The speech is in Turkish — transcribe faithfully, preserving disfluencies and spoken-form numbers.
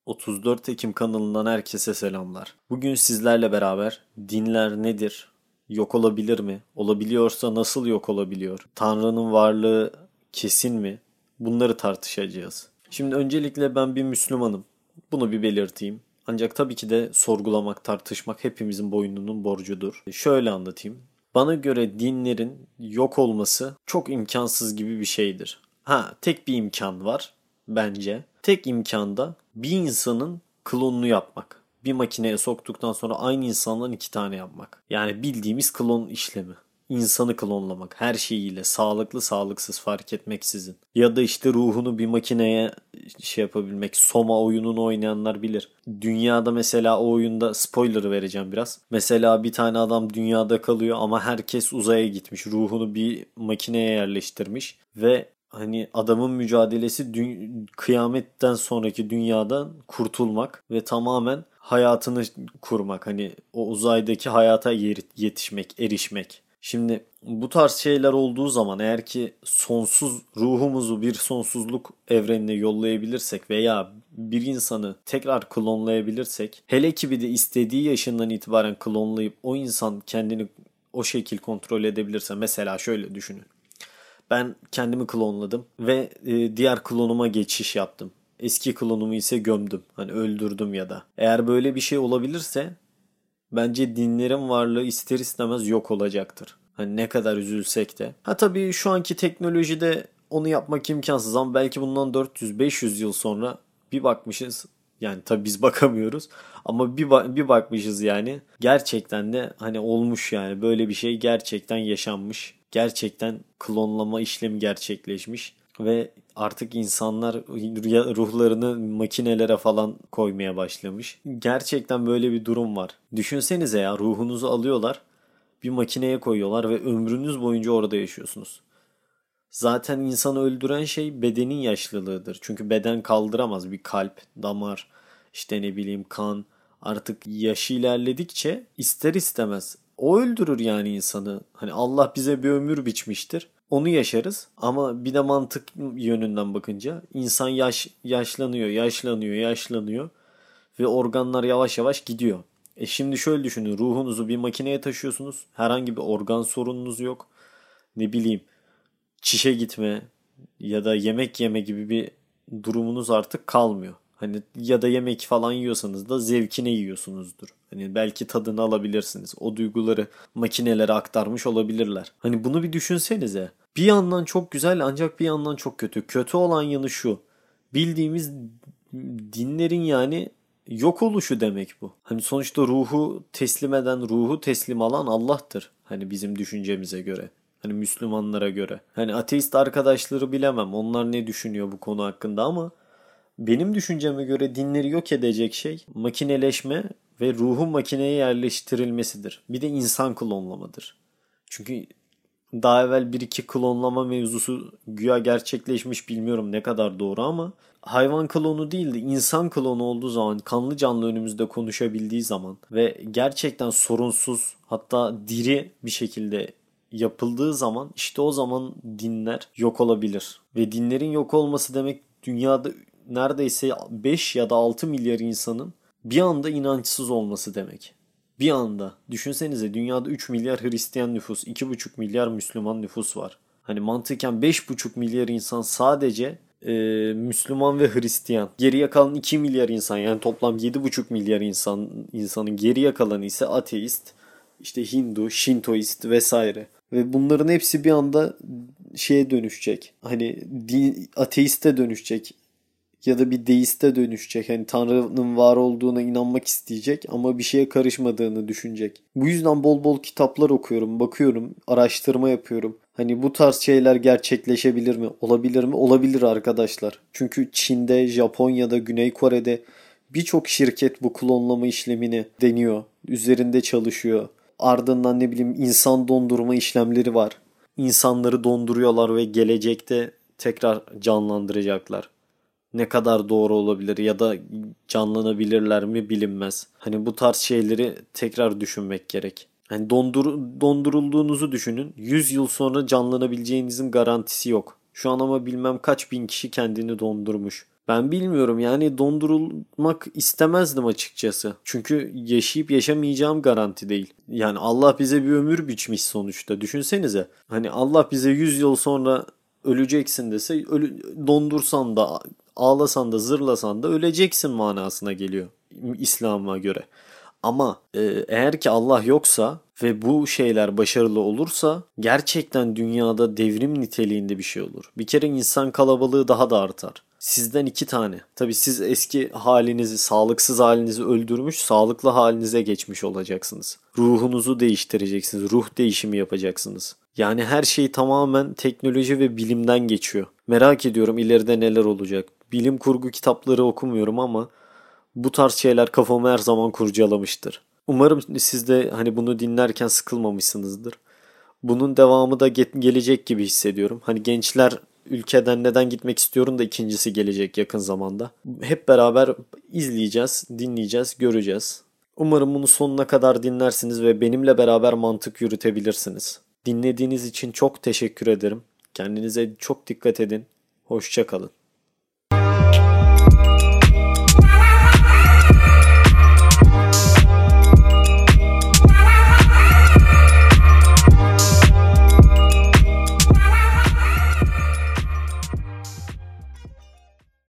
otuz dört Ekim kanalından herkese selamlar. Bugün sizlerle beraber dinler nedir? Yok olabilir mi? Olabiliyorsa nasıl yok olabiliyor? Tanrı'nın varlığı kesin mi? Bunları tartışacağız. Şimdi öncelikle ben bir Müslümanım. Bunu bir belirteyim. Ancak tabii ki de sorgulamak, tartışmak hepimizin boynunun borcudur. Şöyle anlatayım. Bana göre dinlerin yok olması çok imkansız gibi bir şeydir. Ha, tek bir imkan var bence. Tek imkanda bir insanın klonunu yapmak. Bir makineye soktuktan sonra aynı insandan iki tane yapmak. Yani bildiğimiz klon işlemi. İnsanı klonlamak her şeyiyle sağlıklı sağlıksız fark etmeksizin. Ya da işte ruhunu bir makineye şey yapabilmek. Soma oyununu oynayanlar bilir. Dünyada mesela o oyunda spoiler vereceğim biraz. Mesela bir tane adam dünyada kalıyor ama herkes uzaya gitmiş. Ruhunu bir makineye yerleştirmiş ve hani adamın mücadelesi dü- kıyametten sonraki dünyadan kurtulmak ve tamamen hayatını kurmak. Hani o uzaydaki hayata yer- yetişmek, erişmek. Şimdi bu tarz şeyler olduğu zaman eğer ki sonsuz ruhumuzu bir sonsuzluk evrenine yollayabilirsek veya bir insanı tekrar klonlayabilirsek, hele ki bir de istediği yaşından itibaren klonlayıp o insan kendini o şekil kontrol edebilirse, mesela şöyle düşünün. Ben kendimi klonladım ve e, diğer klonuma geçiş yaptım. Eski klonumu ise gömdüm. Hani öldürdüm ya da. Eğer böyle bir şey olabilirse bence dinlerin varlığı ister istemez yok olacaktır. Hani ne kadar üzülsek de. Ha tabii şu anki teknolojide onu yapmak imkansız ama belki bundan dört yüz beş yüz yıl sonra bir bakmışız. Yani tabii biz bakamıyoruz ama bir, ba- bir bakmışız yani. Gerçekten de hani olmuş yani böyle bir şey gerçekten yaşanmış. Gerçekten klonlama işlemi gerçekleşmiş ve artık insanlar ruhlarını makinelere falan koymaya başlamış. Gerçekten böyle bir durum var. Düşünsenize ya, ruhunuzu alıyorlar, bir makineye koyuyorlar ve ömrünüz boyunca orada yaşıyorsunuz. Zaten insanı öldüren şey bedenin yaşlılığıdır. Çünkü beden kaldıramaz, bir kalp, damar, işte ne bileyim kan. Artık yaşı ilerledikçe ister istemez o öldürür yani insanı. Hani Allah bize bir ömür biçmiştir. Onu yaşarız ama bir de mantık yönünden bakınca insan yaş yaşlanıyor, yaşlanıyor, yaşlanıyor ve organlar yavaş yavaş gidiyor. E şimdi şöyle düşünün, ruhunuzu bir makineye taşıyorsunuz. Herhangi bir organ sorununuz yok. Ne bileyim, çişe gitme ya da yemek yeme gibi bir durumunuz artık kalmıyor. Hani ya da yemek falan yiyorsanız da zevkine yiyorsunuzdur. Hani belki tadını alabilirsiniz. O duyguları makinelere aktarmış olabilirler. Hani bunu bir düşünsenize. Bir yandan çok güzel ancak bir yandan çok kötü. Kötü olan yanı şu. Bildiğimiz dinlerin yani yok oluşu demek bu. Hani sonuçta ruhu teslim eden, ruhu teslim alan Allah'tır. Hani bizim düşüncemize göre. Hani Müslümanlara göre. Hani ateist arkadaşları bilemem. Onlar ne düşünüyor bu konu hakkında ama benim düşünceme göre dinleri yok edecek şey makineleşme ve ruhun makineye yerleştirilmesidir. Bir de insan klonlamadır. Çünkü daha evvel bir iki klonlama mevzusu güya gerçekleşmiş, bilmiyorum ne kadar doğru ama hayvan klonu değil de insan klonu olduğu zaman, kanlı canlı önümüzde konuşabildiği zaman ve gerçekten sorunsuz, hatta diri bir şekilde yapıldığı zaman, işte o zaman dinler yok olabilir. Ve dinlerin yok olması demek dünyada neredeyse beş ya da altı milyar insanın bir anda inançsız olması demek. Bir anda. Düşünsenize, dünyada üç milyar Hristiyan nüfus, iki buçuk milyar Müslüman nüfus var. Hani mantıken beş buçuk milyar insan sadece e, Müslüman ve Hristiyan. Geriye kalan iki milyar insan, yani toplam yedi buçuk milyar insan insanın geriye kalanı ise ateist, işte Hindu, Şintoist vesaire. Ve bunların hepsi bir anda şeye dönüşecek. Hani din, ateiste dönüşecek ya da bir deiste dönüşecek. Hani Tanrı'nın var olduğuna inanmak isteyecek ama bir şeye karışmadığını düşünecek. Bu yüzden bol bol kitaplar okuyorum, bakıyorum, araştırma yapıyorum. Hani bu tarz şeyler gerçekleşebilir mi? Olabilir mi? Olabilir arkadaşlar. Çünkü Çin'de, Japonya'da, Güney Kore'de birçok şirket bu klonlama işlemini deniyor. Üzerinde çalışıyor. Ardından ne bileyim insan dondurma işlemleri var. İnsanları donduruyorlar ve gelecekte tekrar canlandıracaklar. Ne kadar doğru olabilir ya da canlanabilirler mi bilinmez. Hani bu tarz şeyleri tekrar düşünmek gerek. Hani dondur dondurulduğunuzu düşünün. yüz yıl sonra canlanabileceğinizin garantisi yok. Şu an ama bilmem kaç bin kişi kendini dondurmuş. Ben bilmiyorum yani dondurulmak istemezdim açıkçası. Çünkü yaşayıp yaşamayacağım garanti değil. Yani Allah bize bir ömür biçmiş sonuçta. Düşünsenize. Hani Allah bize yüz yıl sonra öleceksin dese ölü, dondursan da ağlasan da zırlasan da öleceksin manasına geliyor İslam'a göre. Ama e, eğer ki Allah yoksa ve bu şeyler başarılı olursa gerçekten dünyada devrim niteliğinde bir şey olur. Bir kere insan kalabalığı daha da artar. Sizden iki tane. Tabii siz eski halinizi, sağlıksız halinizi öldürmüş, sağlıklı halinize geçmiş olacaksınız. Ruhunuzu değiştireceksiniz. Ruh değişimi yapacaksınız. Yani her şey tamamen teknoloji ve bilimden geçiyor. Merak ediyorum ileride neler olacak. Bilim kurgu kitapları okumuyorum ama bu tarz şeyler kafamı her zaman kurcalamıştır. Umarım siz de hani bunu dinlerken sıkılmamışsınızdır. Bunun devamı da ge- gelecek gibi hissediyorum. Hani gençler ülkeden neden gitmek istiyorum da ikincisi gelecek yakın zamanda. Hep beraber izleyeceğiz, dinleyeceğiz, göreceğiz. Umarım bunu sonuna kadar dinlersiniz ve benimle beraber mantık yürütebilirsiniz. Dinlediğiniz için çok teşekkür ederim. Kendinize çok dikkat edin. Hoşça kalın.